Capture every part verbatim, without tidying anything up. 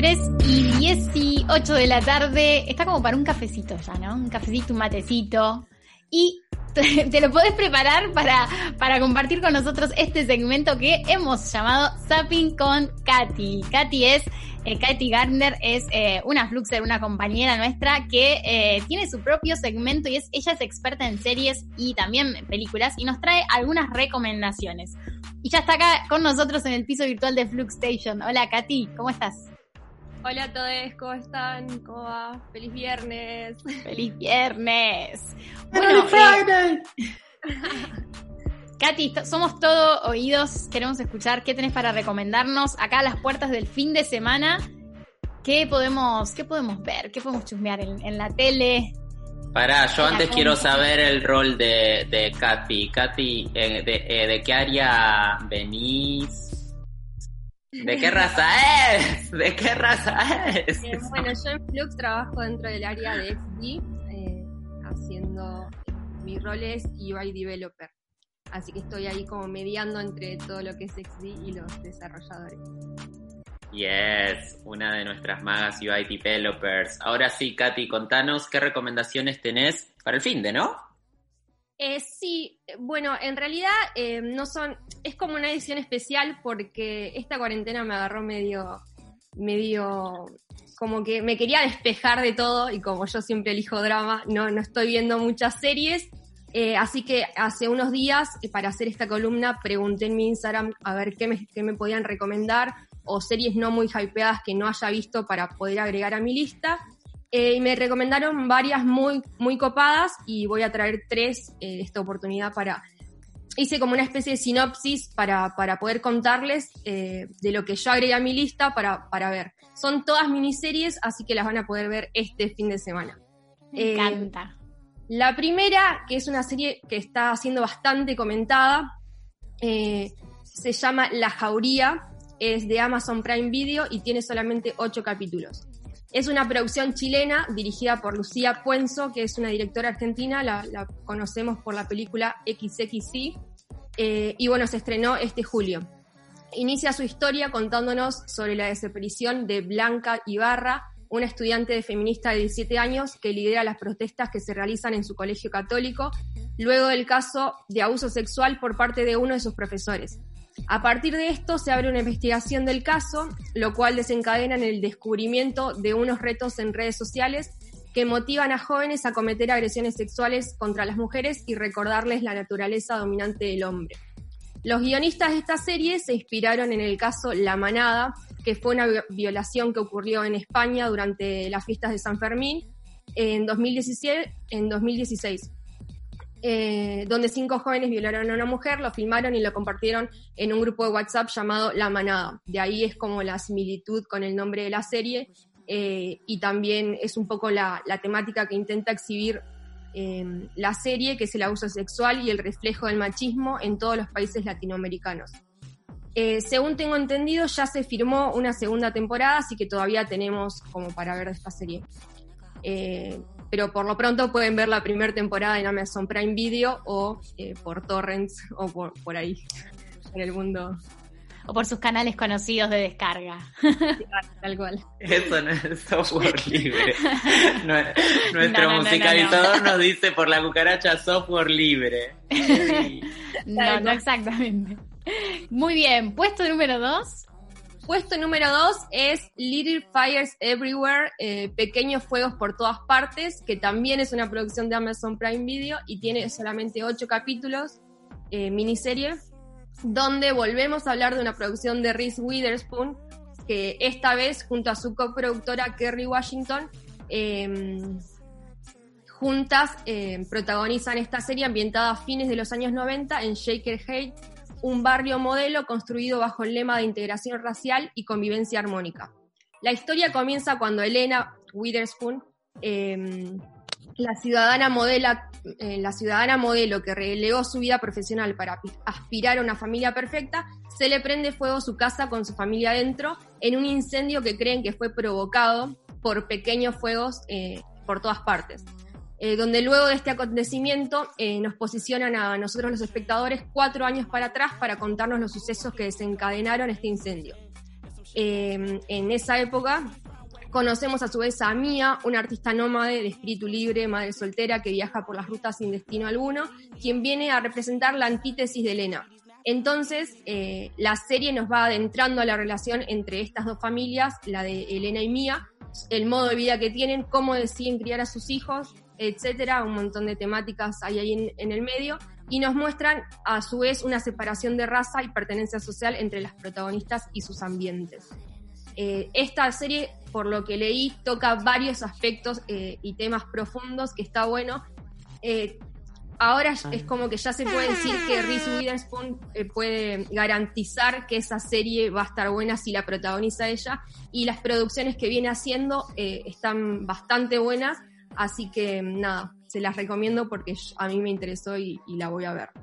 tres y dieciocho de la tarde. Está como para un cafecito ya, ¿no? Un cafecito, un matecito. Y te lo podés preparar para, para compartir con nosotros este segmento que hemos llamado Zapping con Katy. Katy es, eh, Katy Gardner es eh, una Fluxer, una compañera nuestra que eh, tiene su propio segmento y es ella es experta en series y también en películas y nos trae algunas recomendaciones. Y ya está acá con nosotros en el piso virtual de Fluxstation. Hola Katy, ¿cómo estás? Hola a todos, ¿cómo están? ¿Cómo va? ¡Feliz viernes! ¡Feliz viernes! Bueno, Friday. Eh, Katy, somos todo oídos, queremos escuchar qué tenés para recomendarnos acá a las puertas del fin de semana. ¿Qué podemos, qué podemos ver? ¿Qué podemos chusmear en, en la tele? Pará, yo antes quiero saber el rol de, de Katy. Katy, eh, de, eh, ¿de qué área venís? ¿De qué raza es? ¿De qué raza es? Eh, bueno, yo en Flux trabajo dentro del área de X D, eh, haciendo mi rol es U I Developer. Así que estoy ahí como mediando entre todo lo que es X D y los desarrolladores. Yes, una de nuestras magas U I Developers. Ahora sí, Katy, contanos qué recomendaciones tenés para el finde, ¿no? Eh, sí, bueno, en realidad eh, no son, es como una edición especial porque esta cuarentena me agarró medio, medio, como que me quería despejar de todo y como yo siempre elijo drama, no, no estoy viendo muchas series, eh, así que hace unos días eh, para hacer esta columna pregunté en mi Instagram a ver qué me, qué me podían recomendar o series no muy hypeadas que no haya visto para poder agregar a mi lista. Eh, y me recomendaron varias muy, muy copadas y voy a traer tres eh, esta oportunidad para... Hice como una especie de sinopsis para, para poder contarles eh, de lo que yo agregué a mi lista para, para ver. Son todas miniseries, así que las van a poder ver este fin de semana. Me eh, encanta. La primera, que es una serie que está siendo bastante comentada, eh, se llama La Jauría, es de Amazon Prime Video y tiene solamente ocho capítulos. Es una producción chilena dirigida por Lucía Puenzo, que es una directora argentina, la, la conocemos por la película equis equis ce, eh, y bueno, se estrenó este julio. Inicia su historia contándonos sobre la desaparición de Blanca Ibarra, una estudiante de feminista de diecisiete años que lidera las protestas que se realizan en su colegio católico, luego del caso de abuso sexual por parte de uno de sus profesores. A partir de esto se abre una investigación del caso, lo cual desencadena en el descubrimiento de unos retos en redes sociales que motivan a jóvenes a cometer agresiones sexuales contra las mujeres y recordarles la naturaleza dominante del hombre. Los guionistas de esta serie se inspiraron en el caso La Manada, que fue una violación que ocurrió en España durante las fiestas de San Fermín en dos mil diecisiete, en dos mil dieciséis. Eh, donde cinco jóvenes violaron a una mujer, lo filmaron y lo compartieron en un grupo de WhatsApp llamado La Manada. De ahí es como la similitud con el nombre de la serie eh, y también es un poco la, la temática que intenta exhibir eh, la serie, que es el abuso sexual y el reflejo del machismo en todos los países latinoamericanos. Eh, según tengo entendido, ya se firmó una segunda temporada, así que todavía tenemos como para ver de esta serie. Eh, pero por lo pronto pueden ver la primera temporada en Amazon Prime Video o eh, por torrents o por, por ahí, en el mundo. O por sus canales conocidos de descarga. Tal cual. Eso no es software libre. Nuestro no, no, musicalizador no, no. nos dice por la cucaracha software libre. Sí. No, no exactamente. Muy bien, puesto número dos. Puesto número dos es Little Fires Everywhere, eh, Pequeños Fuegos por Todas Partes, que también es una producción de Amazon Prime Video y tiene solamente ocho capítulos, eh, miniserie, donde volvemos a hablar de una producción de Reese Witherspoon, que esta vez junto a su coproductora Kerry Washington, eh, juntas eh, protagonizan esta serie ambientada a fines de los años noventa en Shaker Heights, un barrio modelo construido bajo el lema de integración racial y convivencia armónica. La historia comienza cuando Elena Witherspoon, eh, la ciudadana modela, eh, la ciudadana modelo que relegó su vida profesional para aspirar a una familia perfecta, se le prende fuego su casa con su familia adentro en un incendio que creen que fue provocado por pequeños fuegos eh, por todas partes. Eh, donde luego de este acontecimiento eh, nos posicionan a nosotros los espectadores cuatro años para atrás para contarnos los sucesos que desencadenaron este incendio. Eh, en esa época conocemos a su vez a Mia, una artista nómade de espíritu libre, madre soltera que viaja por las rutas sin destino alguno, quien viene a representar la antítesis de Elena. Entonces, eh, la serie nos va adentrando a la relación entre estas dos familias, la de Elena y Mia, el modo de vida que tienen, cómo deciden criar a sus hijos, etcétera, un montón de temáticas hay ahí en, en el medio, y nos muestran a su vez una separación de raza y pertenencia social entre las protagonistas y sus ambientes. Eh, esta serie, por lo que leí, toca varios aspectos eh, y temas profundos, que está bueno. Eh, ahora es como que ya se puede decir que Reese Witherspoon eh, puede garantizar que esa serie va a estar buena si la protagoniza ella, y las producciones que viene haciendo eh, están bastante buenas, así que nada, se las recomiendo porque a mí me interesó y, y la voy a ver.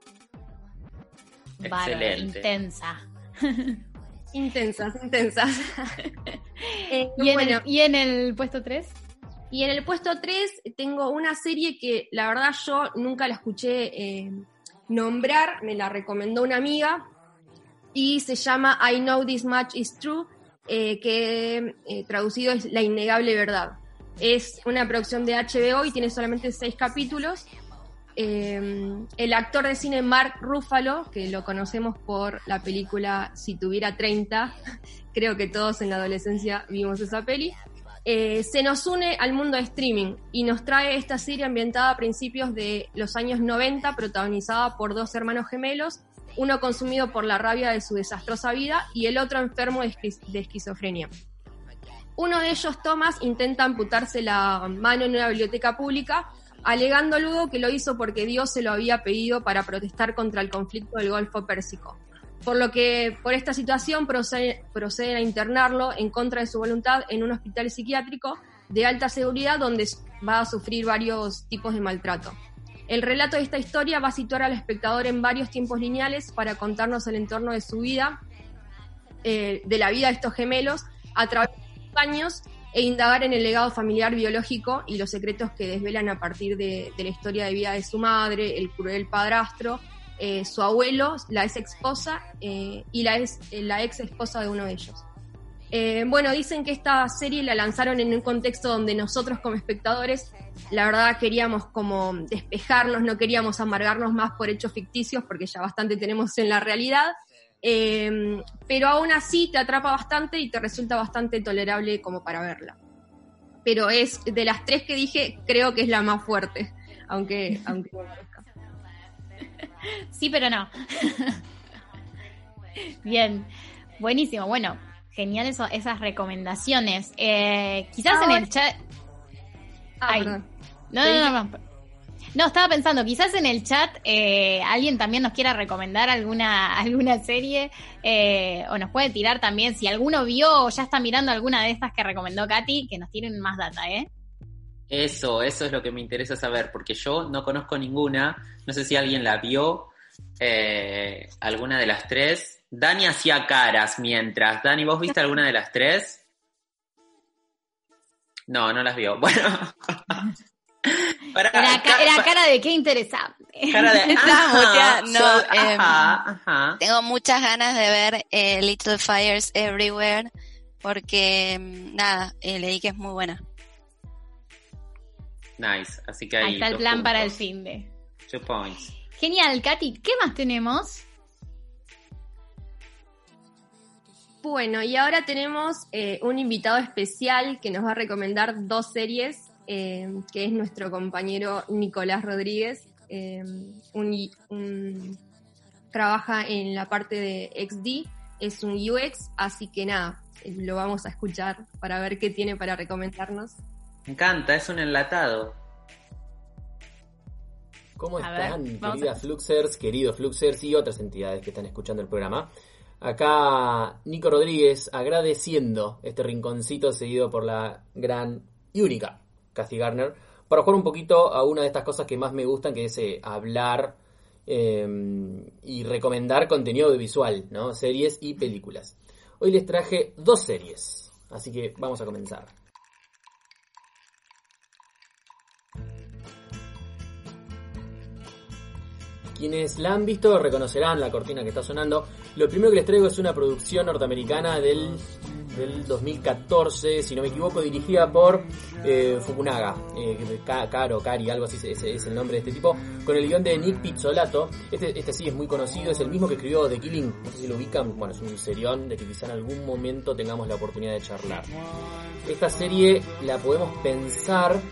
Bárbara, intensa. Intensas, intensas. eh, ¿Y, en bueno, el, ¿Y en el puesto tres? Y en el puesto tres tengo una serie que la verdad yo nunca la escuché eh, nombrar, me la recomendó una amiga, y se llama I Know This Much Is True, eh, que eh, traducido es La Innegable Verdad. Es una producción de H B O y tiene solamente seis capítulos. Eh, el actor de cine Mark Ruffalo, que lo conocemos por la película Si tuviera treinta, creo que todos en la adolescencia vimos esa peli, eh, se nos une al mundo de streaming y nos trae esta serie ambientada a principios de los años noventa, protagonizada por dos hermanos gemelos, uno consumido por la rabia de su desastrosa vida y el otro enfermo de, esquiz- de esquizofrenia. Uno de ellos, Thomas, intenta amputarse la mano en una biblioteca pública, alegando luego que lo hizo porque Dios se lo había pedido para protestar contra el conflicto del Golfo Pérsico. Por lo que, por esta situación, procede, proceden a internarlo en contra de su voluntad en un hospital psiquiátrico de alta seguridad donde va a sufrir varios tipos de maltrato. El relato de esta historia va a situar al espectador en varios tiempos lineales para contarnos el entorno de su vida, eh, de la vida de estos gemelos, a través de los años, e indagar en el legado familiar biológico y los secretos que desvelan a partir de, de la historia de vida de su madre, el cruel padrastro, eh, su abuelo, la ex esposa eh, y la ex, la ex esposa de uno de ellos. Eh, bueno, dicen que esta serie la lanzaron en un contexto donde nosotros como espectadores, la verdad queríamos como despejarnos, no queríamos amargarnos más por hechos ficticios porque ya bastante tenemos en la realidad. Eh, pero aún así te atrapa bastante y te resulta bastante tolerable como para verla. Pero es de las tres que dije, creo que es la más fuerte, aunque, aunque no parezca. Sí, pero no. Bien, buenísimo. Bueno, genial eso, esas recomendaciones. Eh, quizás Ahora... en el chat. Ah, Ay. perdón. No, no, no, no. No, estaba pensando, quizás en el chat eh, alguien también nos quiera recomendar alguna alguna serie eh, o nos puede tirar también, si alguno vio o ya está mirando alguna de estas que recomendó Katy, que nos tiren más data, ¿eh? Eso, eso es lo que me interesa saber, porque yo no conozco ninguna, no sé si alguien la vio, eh, alguna de las tres. Dani hacía caras mientras. Dani, ¿vos viste alguna de las tres? No, no las vio. Bueno... Para, Era, ca- era cara de qué interesante. Cara de, Estaba ajá, muteada, no, so- eh, ajá, ajá. Tengo muchas ganas de ver eh, Little Fires Everywhere porque, mm, nada, eh, leí que es muy buena. Nice, así que ahí, Ahí está el dos plan puntos. para el fin de. Two points. Genial, Katy, ¿qué más tenemos? Bueno, y ahora tenemos eh, un invitado especial que nos va a recomendar dos series, eh, que es nuestro compañero Nicolás Rodríguez. Eh, un, un, trabaja en la parte de X D, es un U X, así que nada, lo vamos a escuchar para ver qué tiene para recomendarnos. Me encanta, es un enlatado. ¿Cómo A están, ver, vamos queridas a- Fluxers, queridos Fluxers y otras entidades que están escuchando el programa? Acá Nico Rodríguez agradeciendo este rinconcito seguido por la gran y única Kathy Garner para jugar un poquito a una de estas cosas que más me gustan, que es eh, hablar eh, y recomendar contenido audiovisual, ¿no? Series y películas. Hoy les traje dos series, así que vamos a comenzar. Quienes la han visto reconocerán la cortina que está sonando. Lo primero que les traigo es una producción norteamericana del, del dos mil catorce, si no me equivoco, dirigida por eh, Fukunaga, eh, Karo, Kari, algo así es, es el nombre de este tipo, con el guión de Nick Pizzolatto. Este, este sí es muy conocido, es el mismo que escribió The Killing, no sé si lo ubican, bueno, es un serión de que quizá en algún momento tengamos la oportunidad de charlar. Esta serie la podemos pensar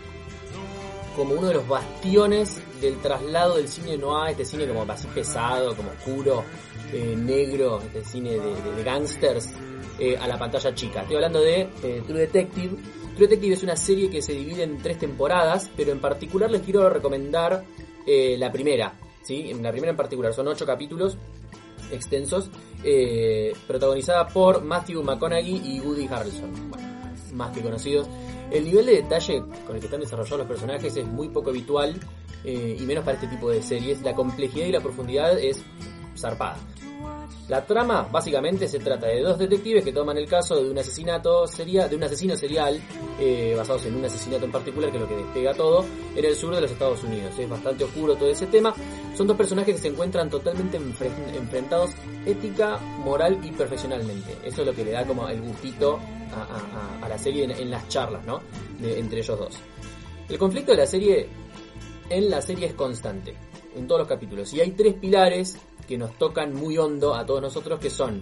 como uno de los bastiones del traslado del cine noir, este cine como así pesado, como oscuro, eh, negro, este cine de, de, de gangsters, eh, a la pantalla chica. Estoy hablando de eh, True Detective. True Detective es una serie que se divide en tres temporadas, pero en particular les quiero recomendar eh, la primera, ¿sí? La primera en particular, son ocho capítulos extensos, eh, protagonizada por Matthew McConaughey y Woody Harrelson, bueno, más que conocidos. El nivel de detalle con el que están desarrollados los personajes es muy poco habitual, eh, y menos para este tipo de series. La complejidad y la profundidad es zarpada. La trama básicamente se trata de dos detectives que toman el caso de un asesinato serial, de un asesino serial, eh, basados en un asesinato en particular, que es lo que despega todo, en el sur de los Estados Unidos. Es bastante oscuro todo ese tema. Son dos personajes que se encuentran totalmente enfre- enfrentados ética, moral y profesionalmente. Eso es lo que le da como el gustito a, a, a la serie en, en las charlas, ¿no? De, entre ellos dos. El conflicto de la serie en la serie es constante, en todos los capítulos. Y hay tres pilares que nos tocan muy hondo a todos nosotros, que son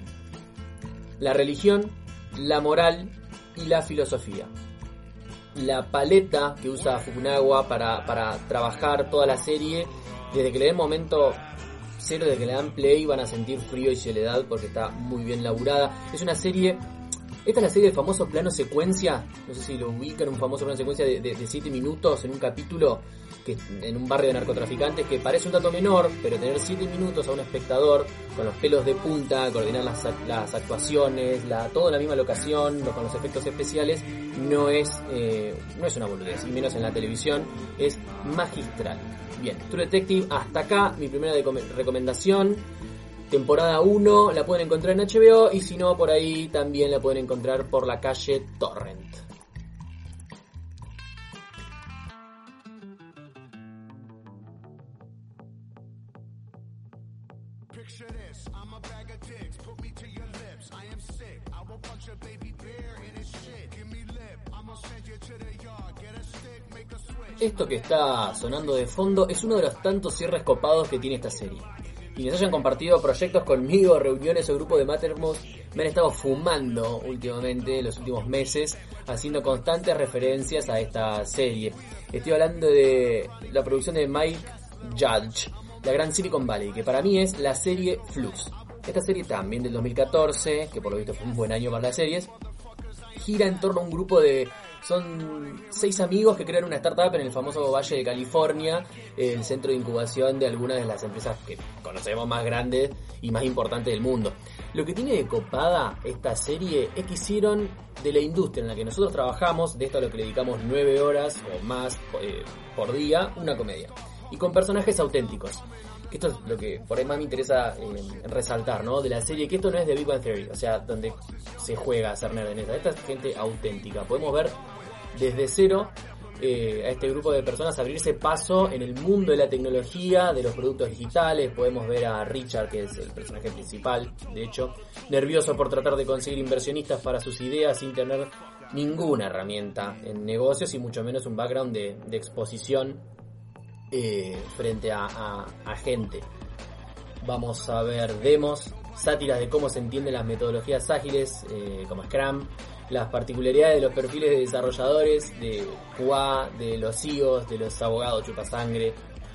la religión, la moral y la filosofía. La paleta que usa Fukunaga para, para trabajar toda la serie, desde que le den momento cero, desde que le dan play, van a sentir frío y soledad porque está muy bien laburada. Es una serie... Esta es la serie del famoso plano secuencia, no sé si lo ubican, un famoso plano secuencia de, de, de siete minutos en un capítulo, que en un barrio de narcotraficantes, que parece un dato menor, pero tener siete minutos a un espectador con los pelos de punta, coordinar las, las actuaciones, la, todo en la misma locación, con los efectos especiales, no es, eh, no es una boludez, y menos en la televisión, es magistral. Bien, True Detective, hasta acá mi primera de- recomendación. Temporada uno la pueden encontrar en H B O, y si no, por ahí también la pueden encontrar por la calle Torrent. Esto que está sonando de fondo es uno de los tantos cierres copados que tiene esta serie. Quienes hayan compartido proyectos conmigo, reuniones o grupos de Mattermost, me han estado fumando últimamente, los últimos meses, haciendo constantes referencias a esta serie. Estoy hablando de la producción de Mike Judge, la gran Silicon Valley, que para mí es la serie Flux. Esta serie también del dos mil catorce, que por lo visto fue un buen año para las series, gira en torno a un grupo de... Son seis amigos que crean una startup en el famoso Valle de California, el centro de incubación de algunas de las empresas que conocemos más grandes y más importantes del mundo. Lo que tiene de copada esta serie es que hicieron de la industria en la que nosotros trabajamos, de esto a lo que le dedicamos nueve horas o más eh, por día, una comedia. Y con personajes auténticos. Esto es lo que por ahí más me interesa eh, resaltar, ¿no? De la serie, que esto no es de Big Bang Theory, o sea, donde se juega a ser nerd en esta. Esta es gente auténtica. Podemos ver desde cero eh, a este grupo de personas abrirse paso en el mundo de la tecnología, de los productos digitales. Podemos ver a Richard, que es el personaje principal, de hecho, nervioso por tratar de conseguir inversionistas para sus ideas sin tener ninguna herramienta en negocios y mucho menos un background de, de exposición eh, frente a, a, a gente. Vamos a ver demos, sátiras de cómo se entienden las metodologías ágiles eh, como Scrum, las particularidades de los perfiles de desarrolladores, de Q A, de los C E Os, de los abogados chupasangre.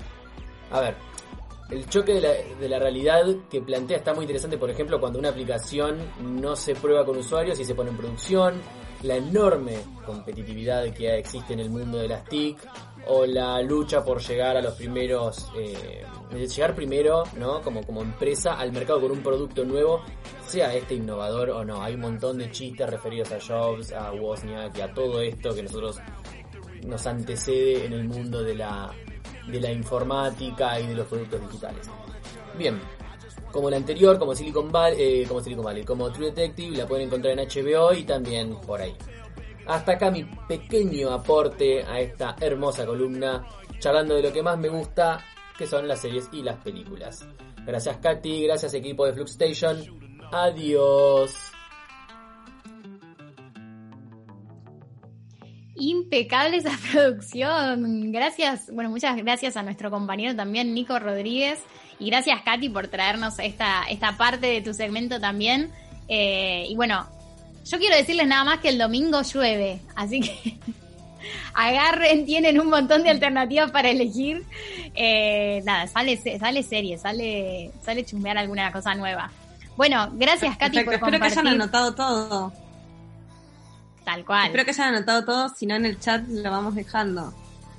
A ver, el choque de la, de la realidad que plantea está muy interesante, por ejemplo, cuando una aplicación no se prueba con usuarios y se pone en producción, la enorme competitividad que existe en el mundo de las T I C, o la lucha por llegar a los primeros, eh, llegar primero, ¿no? Como, como empresa al mercado con un producto nuevo, sea este innovador o no. Hay un montón de chistes referidos a Jobs, a Wozniak y a todo esto que nosotros nos antecede en el mundo de la, de la informática y de los productos digitales. Bien, como la anterior, como Silicon Valley, eh, como Silicon Valley, como True Detective, la pueden encontrar en H B O y también por ahí. Hasta acá mi pequeño aporte a esta hermosa columna, charlando de lo que más me gusta que son las series y las películas. Gracias Katy, gracias equipo de Fluxstation. Adiós. Impecable esa producción. Gracias, bueno, muchas gracias a nuestro compañero también, Nico Rodríguez. Y gracias, Katy, por traernos esta, esta parte de tu segmento también. Eh, y bueno, yo quiero decirles nada más que el domingo llueve. Así que agarren, tienen un montón de alternativas para elegir. Eh, nada, sale, sale serie, sale, sale chumbear alguna cosa nueva. Bueno, gracias, Katy, Perfecto. por Espero compartir. que hayan anotado todo. Tal cual. Espero que hayan anotado todo, si no en el chat lo vamos dejando.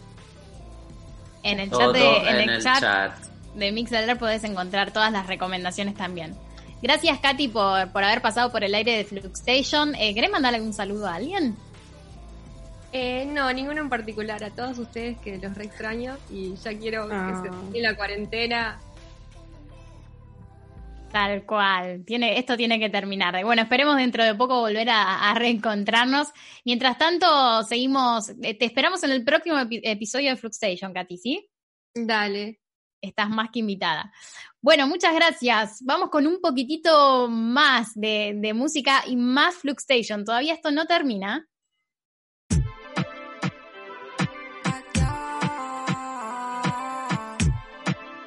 En el Todo chat de, en en el el chat, chat. de Mixlr podés encontrar todas las recomendaciones también. Gracias, Katy, por, por haber pasado por el aire de Fluxstation. Eh, ¿Querés mandarle algún saludo a alguien? Eh, no, ninguno en particular. A todos ustedes que los re extraño y ya quiero Ah. que se termine la cuarentena. Tal cual. Tiene, esto tiene que terminar. Bueno, esperemos dentro de poco volver a, a reencontrarnos. Mientras tanto, seguimos. Eh, te esperamos en el próximo epi- episodio de Fluxstation, Katy, ¿sí? Dale. Estás más que invitada. Bueno, muchas gracias. Vamos con un poquitito más de, de música y más Fluxstation. Todavía esto no termina.